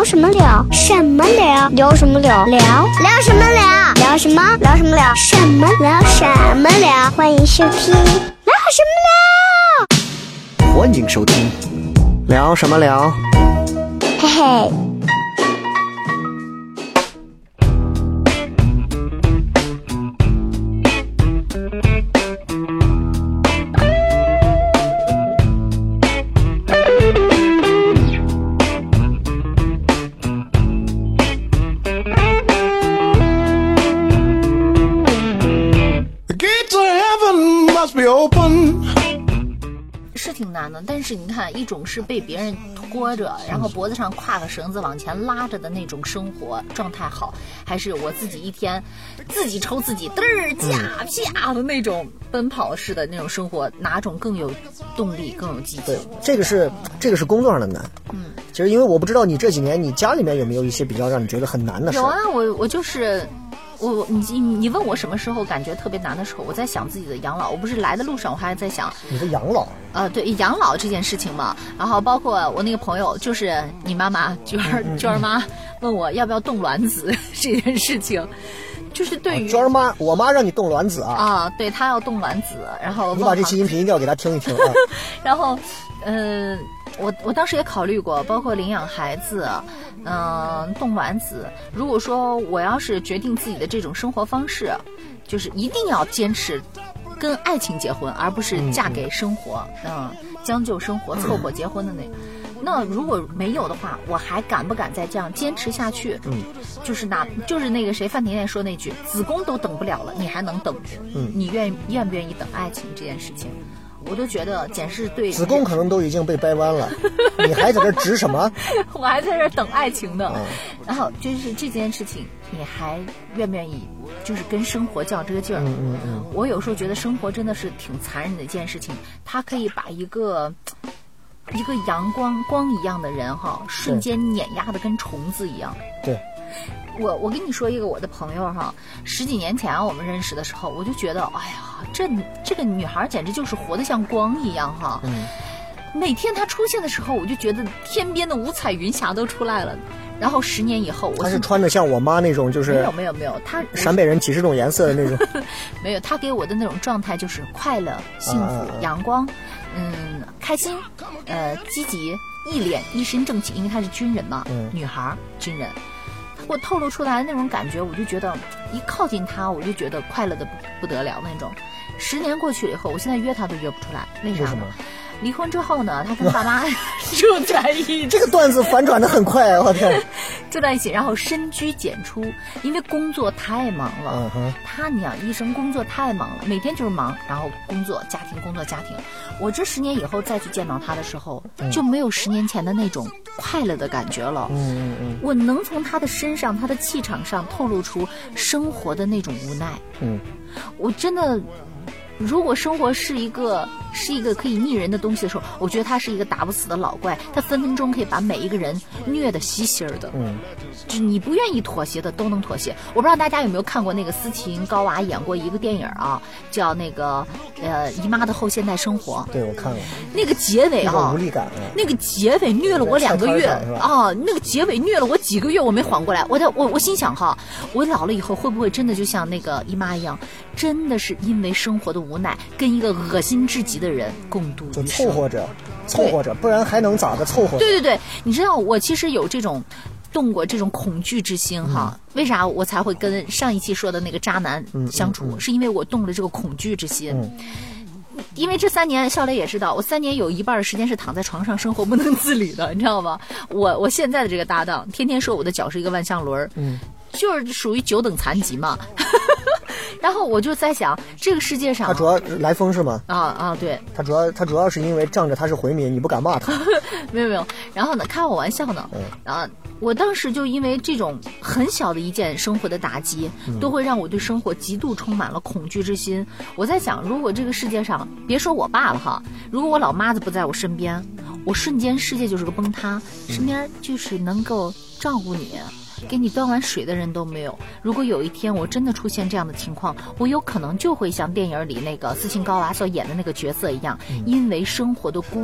聊什么聊？什么聊？聊什么聊？聊什么聊？聊什么？聊什么聊？什么聊？什么聊？欢迎收听聊什么聊？ 欢迎收听聊什么聊？ 嘿嘿。 是挺难的，但是你看，一种是被别人拖着，然后脖子上挎个绳子往前拉着的那种生活状态好，还是我自己一天自己抽自己嘚儿驾啪的那种奔跑式的那种生活，哪种更有动力，更有激情？ 对，这个是工作上的难。其实因为我不知道你这几年你家里面有没有一些比较让你觉得很难的事。 有啊，我就是你问我什么时候感觉特别难的时候，我在想自己的养老。我不是来的路上我还在想你的养老， 对养老这件事情嘛。然后包括我那个朋友，就是你妈妈娟儿妈问我要不要冻卵子这件事情，就是对于娟儿妈，我妈让你冻卵子啊。 对，她要冻卵子，然后你把这期音频一定要给她听一听啊。 然后我当时也考虑过，包括领养孩子，冻卵子。如果说我要是决定自己的这种生活方式，就是一定要坚持跟爱情结婚，而不是嫁给生活，将就生活凑合结婚的那如果没有的话，我还敢不敢再这样坚持下去？就是那个谁范甜甜说那句，子宫都等不了了，你还能等？你愿不愿意等爱情这件事情？我都觉得简直对， 子宫可能都已经被掰弯了，你还在这指什么？ 我还在这等爱情呢。然后就是这件事情，你还愿不愿意？就是跟生活较这个劲儿。我有时候觉得生活真的是挺残忍的一件事情，它可以把一个阳光一样的人瞬间碾压的跟虫子一样。 对。 我跟你说一个我的朋友10几年前我们认识的时候，我就觉得哎呀，这个女孩简直就是活得像光一样每天她出现的时候，我就觉得天边的五彩云霞都出来了。然后10年以后，她是穿着像我妈那种，就是没有，她陕北人几十种颜色的那种。 没有，她给我的那种状态就是快乐、幸福、阳光，开心，积极、一脸一身正气，因为她是军人嘛，女孩军人。我透露出来的那种感觉，我就觉得一靠近他，我就觉得快乐的不得了那种。10年过去了以后，我现在约他都约不出来，为啥呢？离婚之后呢，他跟爸妈住在一起。 这个段子反转的很快，我天！ 住在一起，然后深居简出，因为工作太忙了。你想，医生工作太忙了，每天就是忙，然后工作家庭工作家庭。我这10年以后再去见到他的时候，就没有10年前的那种快乐的感觉了。我能从他的身上、他的气场上透露出生活的那种无奈。我真的。如果生活是一个可以逆人的东西的时候，我觉得他是一个打不死的老怪，他分分钟可以把每一个人虐得稀稀儿的。就是你不愿意妥协的都能妥协。我不知道大家有没有看过那个斯琴高娃演过一个电影叫那个姨妈的后现代生活。 对，我看了。 那个结尾无力感。 那个结尾虐了我2个月那个结尾虐了我几个月，我没缓过来。我心想我老了以后会不会真的就像那个姨妈一样，真的是因为生活的无奈跟一个恶心至极的人共度余生， 凑合着，不然还能咋个凑合？ 对，你知道我其实有这种动过这种恐惧之心为啥我才会跟上一期说的那个渣男相处？是因为我动了这个恐惧之心。因为这3年，笑雷也知道，我3年有一半的时间是躺在床上生活不能自理的，你知道吗？我现在的这个搭档天天说我的脚是一个万向轮，就是属于9等残疾嘛。然后我就在想，这个世界上他主要来风是吗？ 对， 他主要是因为仗着他是回民，你不敢骂他。 没有。然后呢，开我玩笑呢。我当时就因为这种很小的一件生活的打击，都会让我对生活极度充满了恐惧之心。我在想，如果这个世界上，别说我爸了如果我老妈子不在我身边，我瞬间世界就是个崩塌，身边就是能够照顾你给你端碗水的人都没有。如果有一天我真的出现这样的情况，我有可能就会像电影里那个斯琴高娃所演的那个角色一样，因为生活的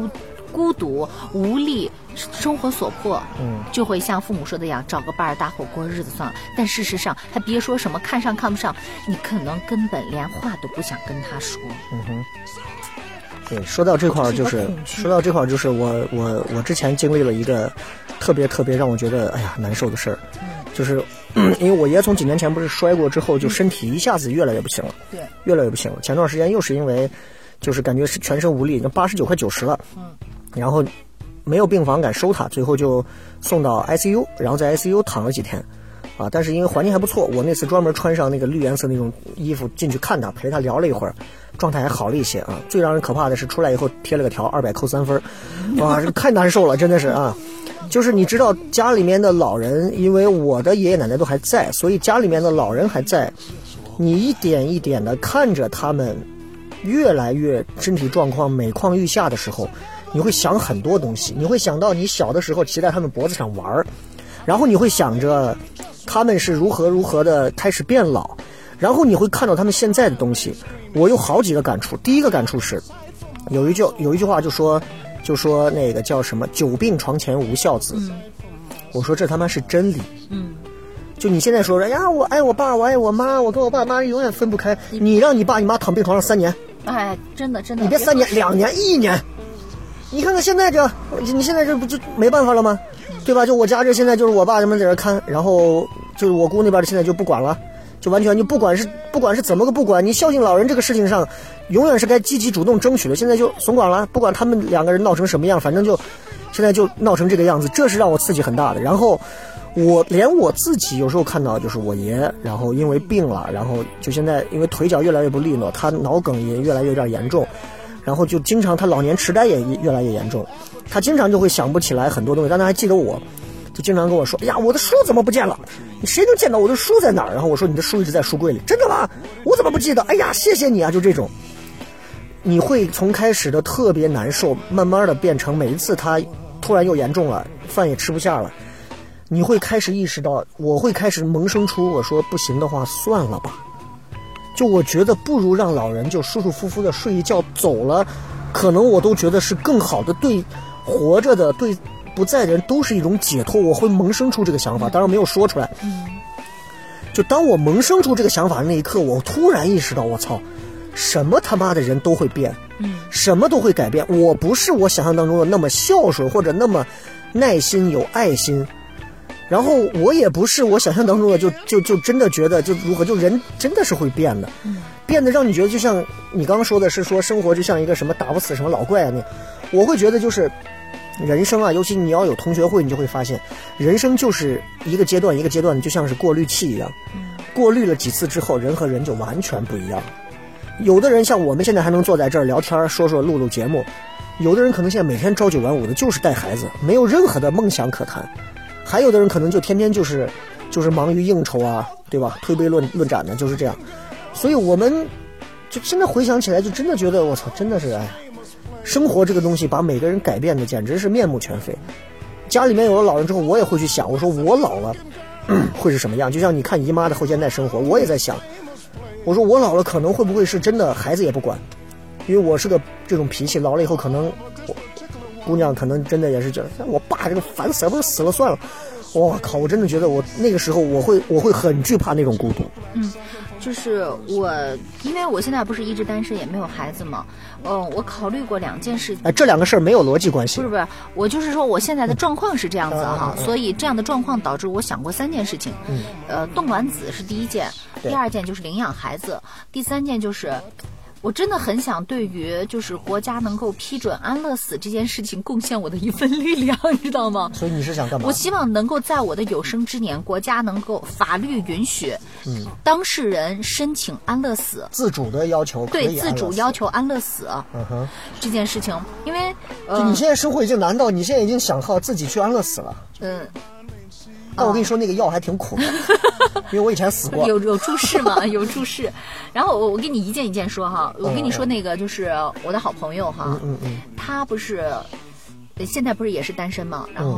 孤独无力，生活所迫，就会像父母说的一样，找个伴儿搭伙过日子算了。但事实上，还别说什么看上看不上，你可能根本连话都不想跟他说。 对，说到这块儿就是我之前经历了一个特别让我觉得难受的事儿，就是因为我爷从几年前不是摔过之后，就身体一下子越来越不行了，对，越来越不行了。前段时间又是因为就是感觉是全身无力，已经89快90了，然后没有病房敢收他，最后就送到 ICU， 然后在 ICU 躺了几天啊。但是因为环境还不错，我那次专门穿上那个绿颜色那种衣服进去看他，陪他聊了一会儿，状态还好了一些啊。最让人可怕的是出来以后贴了个条200扣3分，哇，这太难受了，真的是啊。就是你知道家里面的老人，因为我的爷爷奶奶都还在，所以家里面的老人还在，你一点一点的看着他们越来越身体状况每况愈下的时候，你会想很多东西。你会想到你小的时候骑在他们脖子上玩，然后你会想着他们是如何的开始变老，然后你会看到他们现在的东西。我有好几个感触。第一个感触是有一句话就说那个叫什么久病床前无孝子，我说这他妈是真理。就你现在说呀，我爱我爸，我爱我妈，我跟我爸妈永远分不开，你让你爸你妈躺病床上3年， 真的你别3年2年1年，你看看现在你现在这不就没办法了吗？对吧？就我家这现在就是我爸他们在这看，然后就是我姑那边的现在就不管了，就完全就不管是怎么个不管，你孝敬老人这个事情上永远是该积极主动争取的，现在就松管了，不管他们2个人闹成什么样，反正就现在就闹成这个样子，这是让我刺激很大的。然后连我自己有时候看到就是我爷，然后因为病了，然后就现在因为腿脚越来越不利落，他脑梗也越来越有点严重，然后就经常他老年痴呆也越来越严重，他经常就会想不起来很多东西，但他还记得我，就经常跟我说，哎呀，我的书怎么不见了？你谁能见到我的书在哪儿？然后我说你的书一直在书柜里。真的吗？我怎么不记得？哎呀，谢谢你啊！就这种，你会从开始的特别难受，慢慢的变成每一次他突然又严重了，饭也吃不下了，你会开始意识到，我会开始萌生出我说不行的话算了吧，就我觉得不如让老人就舒舒服服的睡一觉走了，可能我都觉得是更好的，对活着的对不在的人都是一种解脱。我会萌生出这个想法，当然没有说出来。就当我萌生出这个想法的那一刻，我突然意识到，我操，什么他妈的人都会变，什么都会改变。我不是我想象当中的那么孝顺或者那么耐心有爱心，然后我也不是我想象当中的就真的觉得就如何，就人真的是会变的，变得让你觉得就像你刚刚说的是说生活就像一个什么打不死什么老怪啊，我会觉得就是人生啊，尤其你要有同学会，你就会发现人生就是一个阶段一个阶段，就像是过滤器一样，过滤了几次之后，人和人就完全不一样。有的人像我们现在还能坐在这儿聊天说录节目，有的人可能现在每天朝9晚5的就是带孩子，没有任何的梦想可谈，还有的人可能就天天就是忙于应酬啊，对吧？推杯论盏的，就是这样。所以我们就现在回想起来，就真的觉得我操，真的是生活这个东西把每个人改变的简直是面目全非。家里面有了老人之后，我也会去想，我说我老了会是什么样？就像你看姨妈的后现代生活，我也在想，我说我老了可能会不会是真的孩子也不管，因为我是个这种脾气，老了以后可能姑娘可能真的也是觉得我爸这个烦死了，不是死了算了。我靠，我真的觉得我那个时候我会很惧怕那种孤独。 就是因为我现在不是一直单身，也没有孩子嘛。我考虑过2件事。 这2个事儿没有逻辑关系。 不是，我就是说我现在的状况是这样子哈，所以这样的状况导致我想过3件事情。冻卵子是第1件，第2件就是领养孩子，第3件就是我真的很想对于就是国家能够批准安乐死这件事情贡献我的一份力量，你知道吗？ 所以你是想干嘛？ 我希望能够在我的有生之年，国家能够法律允许，当事人申请安乐死， 自主的要求可以对，自主要求安乐死。这件事情，因为就你现在生活已经难到你现在已经想靠自己去安乐死了。但我跟你说，那个药还挺苦的，因为我以前死过。 有注释吗？有注释。然后我跟你一件一件说哈，我跟你说那个就是我的好朋友哈，他不是现在不是也是单身嘛，然后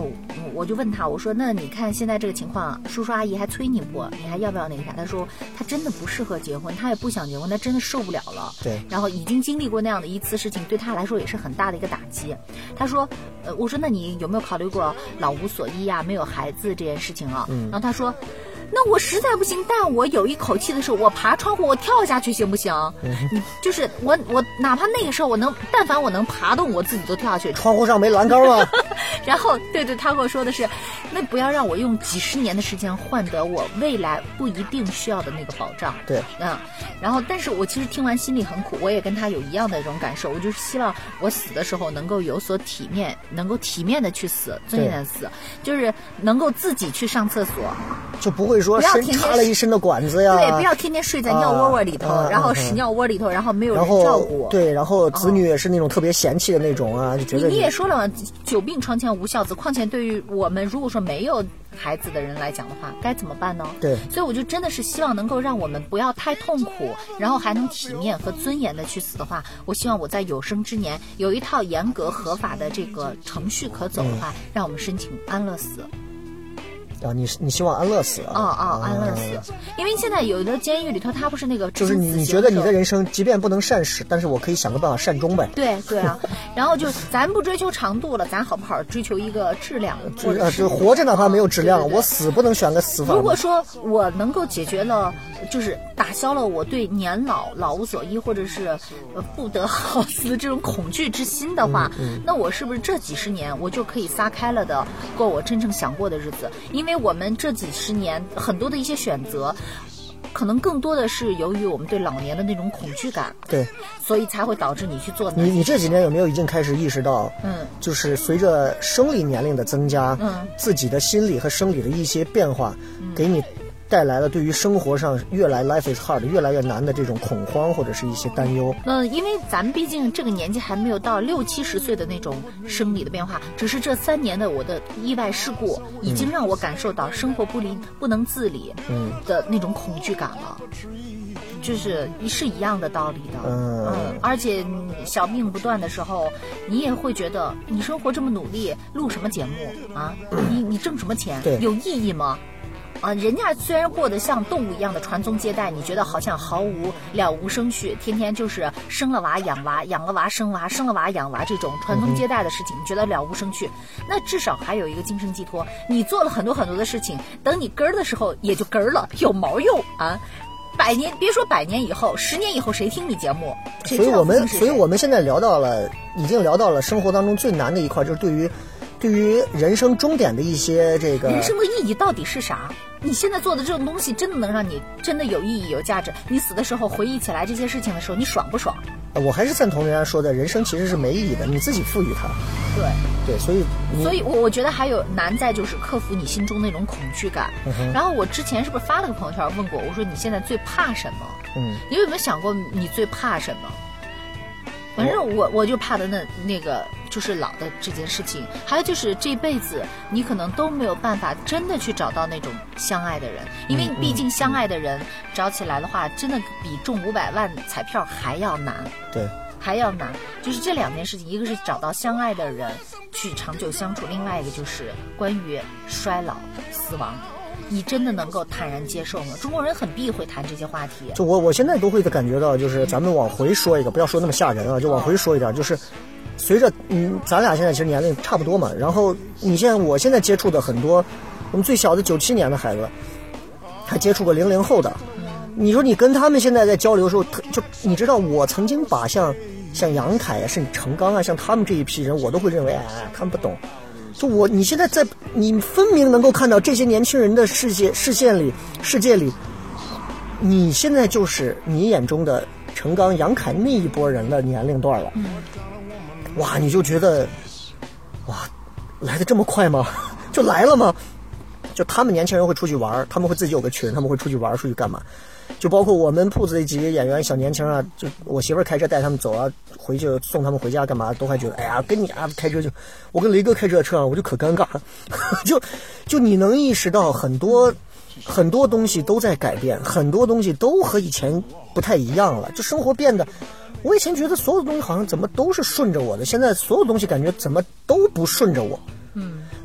我就问他，我说那你看现在这个情况，叔叔阿姨还催你不？你还要不要那个啥？他说他真的不适合结婚，他也不想结婚，他真的受不了了。 对， 然后已经经历过那样的一次事情，对他来说也是很大的一个打击。他说，我说那你有没有考虑过老无所依啊，没有孩子这件事情啊？然后他说。那我实在不行，但我有一口气的时候，我爬窗户，我跳下去行不行？你就是我哪怕那个时候但凡我能爬动，我自己都跳下去。 窗户上没栏杆吗？ 然后，对，他跟我说的是，那不要让我用几十年的时间换得我未来不一定需要的那个保障。 对， 然后，但是我其实听完心里很苦，我也跟他有一样的一种感受，我就是希望我死的时候能够有所体面，能够体面的去死，尊严的死，就是能够自己去上厕所， 就不会说插了一身的管子呀。 对，不要天天睡在尿窝窝里头，然后屎尿窝里头，然后没有人照顾。 对，然后子女也是那种特别嫌弃的那种啊，就觉得你也说了嘛，久病床前无孝子，况且对于我们如果说没有孩子的人来讲的话，该怎么办呢？ 对， 所以我就真的是希望能够让我们不要太痛苦，然后还能体面和尊严的去死的话，我希望我在有生之年有一套严格合法的这个程序可走的话，让我们申请安乐死。 你希望安乐死啊？ 安乐死，因为现在有的监狱里头，它不是那个就是你觉得你的人生即便不能善始，但是我可以想个办法善终呗。 对啊，然后就咱不追求长度了，咱好不好追求一个质量？ 就活着哪怕没有质量，我死不能选个死法。 如果说我能够解决了，就是打消了我对年老无所依或者是不得好死这种恐惧之心的话，那我是不是这几十年我就可以撒开了的过我真正想过的日子？因为我们这几十年很多的一些选择，可能更多的是由于我们对老年的那种恐惧感， 对， 所以才会导致你去做。 你这几年有没有已经开始意识到，就是随着生理年龄的增加，自己的心理和生理的一些变化，给你带来了对于生活上越来 life is hard 越来越难的这种恐慌或者是一些担忧。 因为咱们毕竟这个年纪还没有到60、70岁的那种生理的变化，只是这3年的我的意外事故已经让我感受到生活不能自理的那种恐惧感了。就是一样的道理的，而且小病不断的时候，你也会觉得你生活这么努力，录什么节目啊？你挣什么钱？有意义吗？人家虽然过得像动物一样的传宗接代，你觉得好像了无生趣，天天就是生了娃养娃，养了娃生娃，生了娃养娃这种传宗接代的事情，你觉得了无生趣。那至少还有一个精神寄托，你做了很多很多的事情，等你根儿的时候也就根儿了，有毛用啊！100年，别说100年以后，10年以后谁听你节目？ 所以我们现在已经聊到了生活当中最难的一块，就是对于人生终点的一些这个人生的意义到底是啥？你现在做的这种东西真的能让你真的有意义有价值？你死的时候回忆起来这些事情的时候，你爽不爽？ 我还是赞同人家说的，人生其实是没意义的，你自己赋予它。对，所以我觉得还有难在就是克服你心中那种恐惧感。然后我之前是不是发了个朋友圈问过我说你现在最怕什么？你有没有想过你最怕什么？反正我就怕的那个就是老的这件事情，还有就是这辈子你可能都没有办法真的去找到那种相爱的人，因为毕竟相爱的人找起来的话，真的比中500万彩票还要难。 对， 还要难。就是这2件事情，一个是找到相爱的人去长久相处，另外一个就是关于衰老、死亡。你真的能够坦然接受吗？中国人很避讳谈这些话题。 就我现在都会感觉到，就是咱们往回说一个，不要说那么吓人啊，就往回说一点，就是随着咱俩现在其实年龄差不多嘛，然后我现在接触的很多，我们最小的97年的孩子，还接触过00后的，你说你跟他们现在在交流的时候，就你知道我曾经把像杨凯啊，甚至程刚啊，像他们这一批人，我都会认为他们不懂。就你现在你分明能够看到这些年轻人的世界里，你现在就是你眼中的程刚、杨凯那一波人的年龄段了。哇，你就觉得哇，来得这么快吗？就来了吗？就他们年轻人会出去玩，他们会自己有个群，他们会出去玩，出去干嘛？就包括我们铺子的几个演员小年轻啊，就我媳妇儿开车带他们走啊，回去送他们回家干嘛，都还觉得跟你开车我跟雷哥开这车我就可尴尬。就你能意识到很多东西都在改变，很多东西都和以前不太一样了，就生活变得，我以前觉得所有东西好像怎么都是顺着我的，现在所有东西感觉怎么都不顺着我。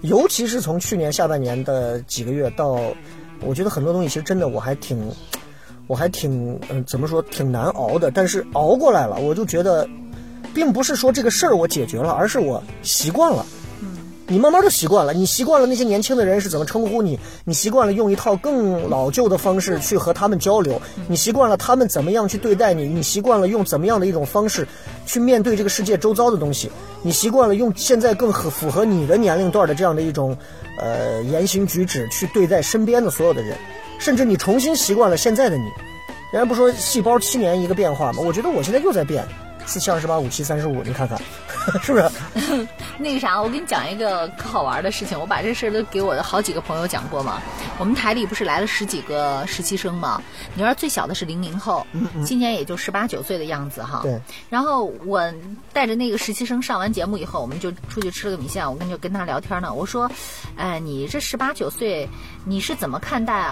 尤其是从去年下半年的几个月到，我觉得很多东西其实真的我还挺怎么说挺难熬的，但是熬过来了，我就觉得并不是说这个事儿我解决了，而是我习惯了。你慢慢就习惯了，你习惯了那些年轻的人是怎么称呼你，你习惯了用一套更老旧的方式去和他们交流，你习惯了他们怎么样去对待你，你习惯了用怎么样的一种方式去面对这个世界周遭的东西，你习惯了用现在更符合你的年龄段的这样的一种言行举止去对待身边的所有的人，甚至你重新习惯了现在的你。人家不说细胞7年一个变化吗？我觉得我现在又在变，4、7、28、5、7、35，你看看是不是？ 那个啥，我跟你讲一个可好玩的事情，我把这事都给我的好几个朋友讲过嘛。我们台里不是来了10几个实习生嘛？你说最小的是00后，今年也就18、19岁的样子哈。 对。 然后我带着那个实习生上完节目以后，我们就出去吃了个米线，我跟他聊天呢。我说，你这18、19岁，你是怎么看待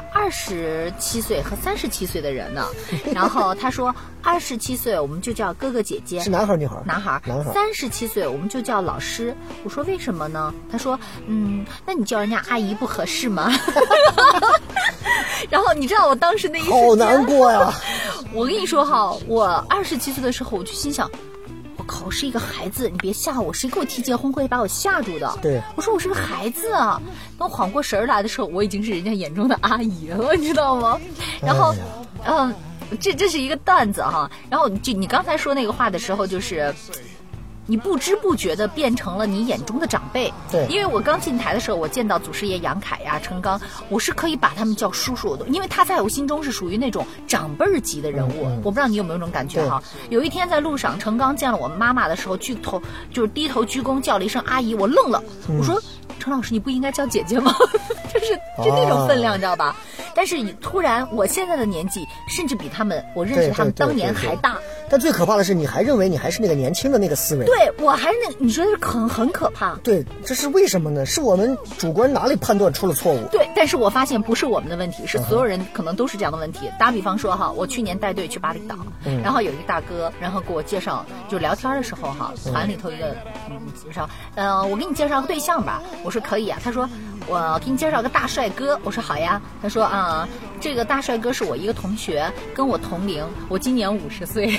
27岁和37岁的人呢？然后他说，27岁我们就叫哥哥姐姐。 是男孩女孩？ 男孩。37岁我们就叫老师。我说为什么呢？他说那你叫人家阿姨不合适吗？然后你知道我当时那一瞬间好难过呀。 我跟你说哈，我27岁的时候我就心想，我靠，是一个孩子，你别吓我，谁给我提结婚会把我吓住的？ 对， 我说我是个孩子啊。等我缓过神来的时候，我已经是人家眼中的阿姨了，你知道吗？然后这是一个段子哈。然后你刚才说那个话的时候，就是你不知不觉的变成了你眼中的长辈。 对， 因为我刚进台的时候，我见到祖师爷杨凯呀、陈刚，我是可以把他们叫叔叔的，因为他在我心中是属于那种长辈级的人物。我不知道你有没有这种感觉哈？有一天在路上，陈刚见了我妈妈的时候，低头鞠躬叫了一声阿姨，我愣了，我说陈老师，你不应该叫姐姐吗？就那种分量，你知道吧？但是突然，我现在的年纪甚至比他们，我认识他们当年还大。 但最可怕的是，你还认为你还是那个年轻的那个思维。 对，我还是你说的很可怕。 对，这是为什么呢？是我们主观哪里判断出了错误？ 对，但是我发现不是我们的问题，是所有人可能都是这样的问题。打比方说哈，我去年带队去巴厘岛，然后有一个大哥，然后给我介绍，就聊天的时候哈，团里头一个介绍，我给你介绍个对象吧。我说可以啊。他说我给你介绍个大帅哥。我说好呀。他说这个大帅哥是我一个同学，跟我同龄，我今年50岁。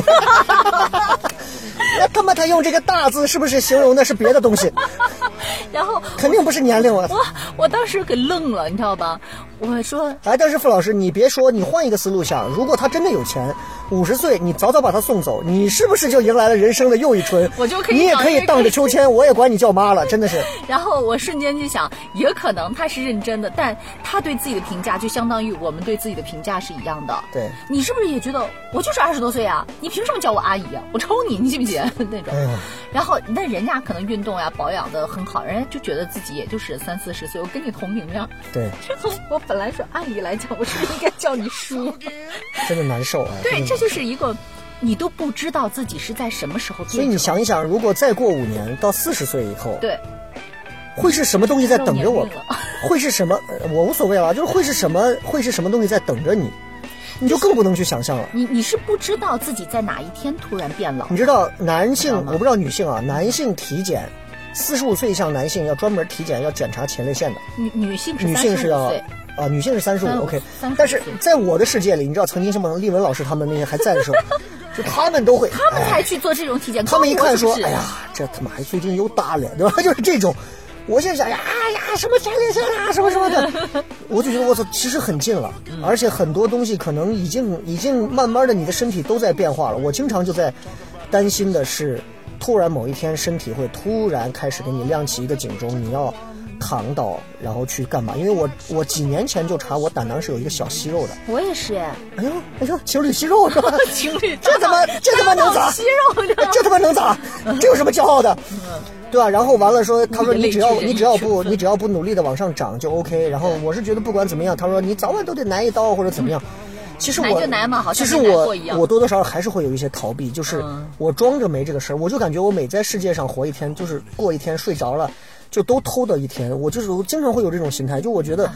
那他妈他用这个大字是不是形容的是别的东西？ 然后肯定不是年龄。 我当时给愣了，你知道吧？我说但是傅老师，你别说，你换一个思路想，如果他真的有钱，50岁你早早把他送走，你是不是就迎来了人生的又一春？ 我就可以， 你也可以荡着秋千，我也管你叫妈了，真的是。 然后我瞬间就想，也可能他是认真的，但他对自己的评价就相当于我们对自己的评价是一样的。 对， 你是不是也觉得我就是20多岁啊？你凭什么叫我阿姨啊？我抽你，你信不信那种？然后那人家可能运动呀保养的很好，人家就觉得自己也就是30、40岁，我跟你同龄呀。 对， 我本来说按理来讲，我是不是应该叫你叔？ 真的难受啊。 对，这就是一个你都不知道自己是在什么时候。 所以你想一想，如果再过5年到40岁以后， 对， 会是什么东西在等着我？会是什么？我无所谓了，就是会是什么东西在等着你？你就更不能去想象了。 你是不知道自己在哪一天突然变老。 你知道男性，我不知道女性啊，男性体检，45岁以上男性要专门体检，要检查前列腺的。 女性是要女性是35 OK。但是在我的世界里，你知道曾经什么丽文老师他们那些还在的时候，就他们都会， 他们才去做这种体检。 他们一看说，哎呀，这他妈最近又大了，对吧？就是这种。我现在想呀，什么前列腺啊，什么什么的，我就觉得我操，其实很近了，而且很多东西可能已经慢慢的你的身体都在变化了。我经常就在担心的是，突然某一天身体会突然开始给你亮起一个警钟，你要躺倒然后去干嘛？因为我几年前就查我胆囊是有一个小息肉的。 我也是。 哎呦，情侣息肉是吧？ 情侣这他妈能咋？ 息肉这他妈能咋？这有什么骄傲的？对吧？然后完了说，他说你只要不努力的往上涨就 OK。然后我是觉得不管怎么样，他说你早晚都得挨一刀或者怎么样。其实我多多少少还是会有一些逃避，就是我装着没这个事儿，我就感觉我每在世界上活一天，就是过一天睡着了就都偷的一天。我经常会有这种心态，就我觉得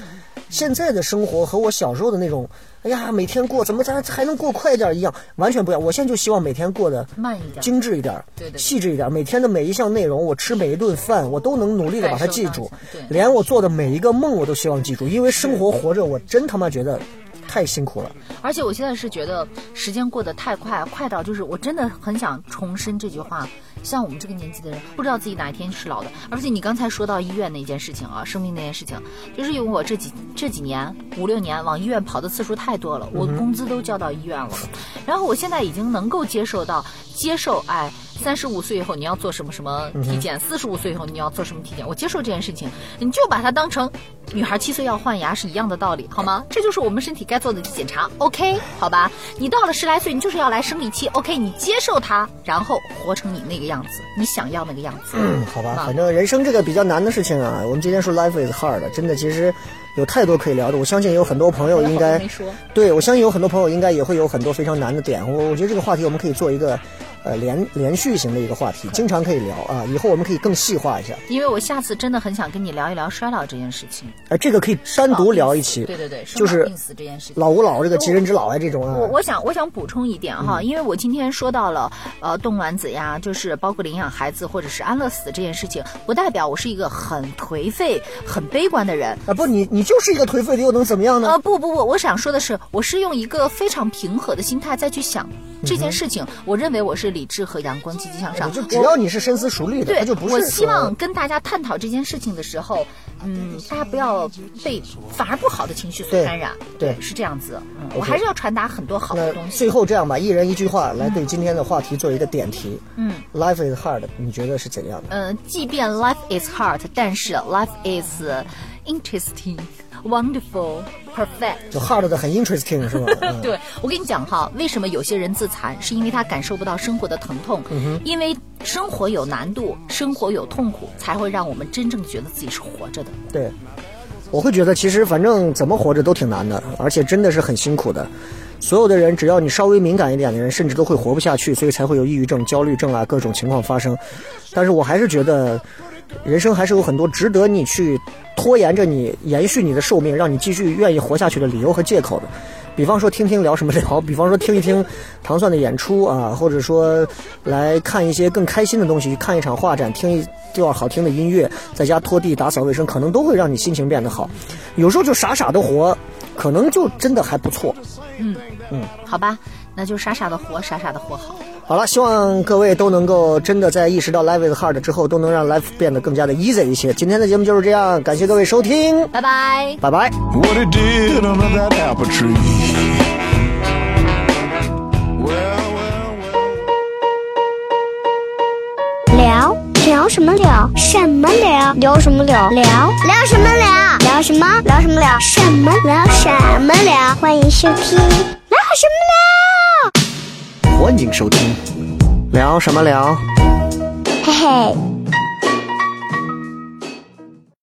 现在的生活和我小时候的那种，哎呀，每天过怎么咱还能过快一点一样，完全不一样。我现在就希望每天过得慢一点， 精致一点， 对， 细致一点。每天的每一项内容，我吃每一顿饭，我都能努力的把它记住，连我做的每一个梦，我都希望记住。因为生活活着，我真他妈觉得太辛苦了。 而且我现在是觉得时间过得太快，快到就是我真的很想重申这句话。像我们这个年纪的人，不知道自己哪一天是老的。而且你刚才说到医院那件事情啊，生病那件事情，就是因为我这几年5-6年往医院跑的次数太多了，我工资都交到医院了。然后我现在已经能够接受哎，35岁以后你要做什么体检，45岁以后你要做什么体检，我接受这件事情，你就把它当成女孩7岁要换牙是一样的道理，好吗？这就是我们身体该做的检查 ，OK， 好吧？你到了10来岁，你就是要来生理期 ，OK， 你接受它，然后活成你那个样子，你想要那个样子。 好吧，反正人生这个比较难的事情啊，我们今天说 life is hard， 真的其实有太多可以聊的。我相信有很多朋友应该，对，我相信有很多朋友应该也会有很多非常难的点。我觉得这个话题我们可以做一个连续型的一个话题，经常可以聊啊。以后我们可以更细化一下。因为我下次真的很想跟你聊一聊衰老这件事情。 这个可以单独聊一期。 对， 就是病死这件事情。 老吾老这个及人之老啊，这种啊。 我想补充一点哈，因为我今天说到了冻卵子呀，就是包括领养孩子或者是安乐死这件事情，不代表我是一个很颓废、很悲观的人啊。不，你就是一个颓废的，又能怎么样呢？ 不，我想说的是，我是用一个非常平和的心态再去想这件事情。我认为我是理智和阳光、积极向上。 就只要你是深思熟虑的，它就不是。 我希望跟大家探讨这件事情的时候，大家不要被反而不好的情绪所感染。 对， 是这样子。我还是要传达很多好的东西。 最后这样吧，一人一句话来对今天的话题做一个点题。Life is hard， 你觉得是怎样的？ 即便 life is hard， 但是 life is interesting。Wonderful, perfect， 就 hard 的很 interesting 是吧？ 对，我跟你讲哈，为什么有些人自残，是因为他感受不到生活的疼痛，因为生活有难度，生活有痛苦，才会让我们真正觉得自己是活着的。 对，我会觉得其实反正怎么活着都挺难的，而且真的是很辛苦的。所有的人，只要你稍微敏感一点的人，甚至都会活不下去，所以才会有抑郁症、焦虑症啊各种情况发生。但是我还是觉得人生还是有很多值得你去拖延着你延续你的寿命，让你继续愿意活下去的理由和借口的。比方说听聊什么聊，比方说听一听糖蒜的演出啊，或者说来看一些更开心的东西，看一场画展，听一段好听的音乐，在家拖地打扫卫生，可能都会让你心情变得好。有时候就傻傻的活，可能就真的还不错。 好吧，那就傻傻的活，傻傻的活好。 好了，希望各位都能够真的在意识到 life is hard 之后，都能让 life 变得更加的 easy 一些。今天的节目就是这样，感谢各位收听， 拜拜， 拜拜。 What it did under that apple tree. Well. 聊什么聊？什么聊？聊什么聊？聊什么聊？聊什么？聊什么聊？什么聊？什么聊？欢迎收听聊什么聊？ 欢迎收听聊什么聊？ 嘿嘿。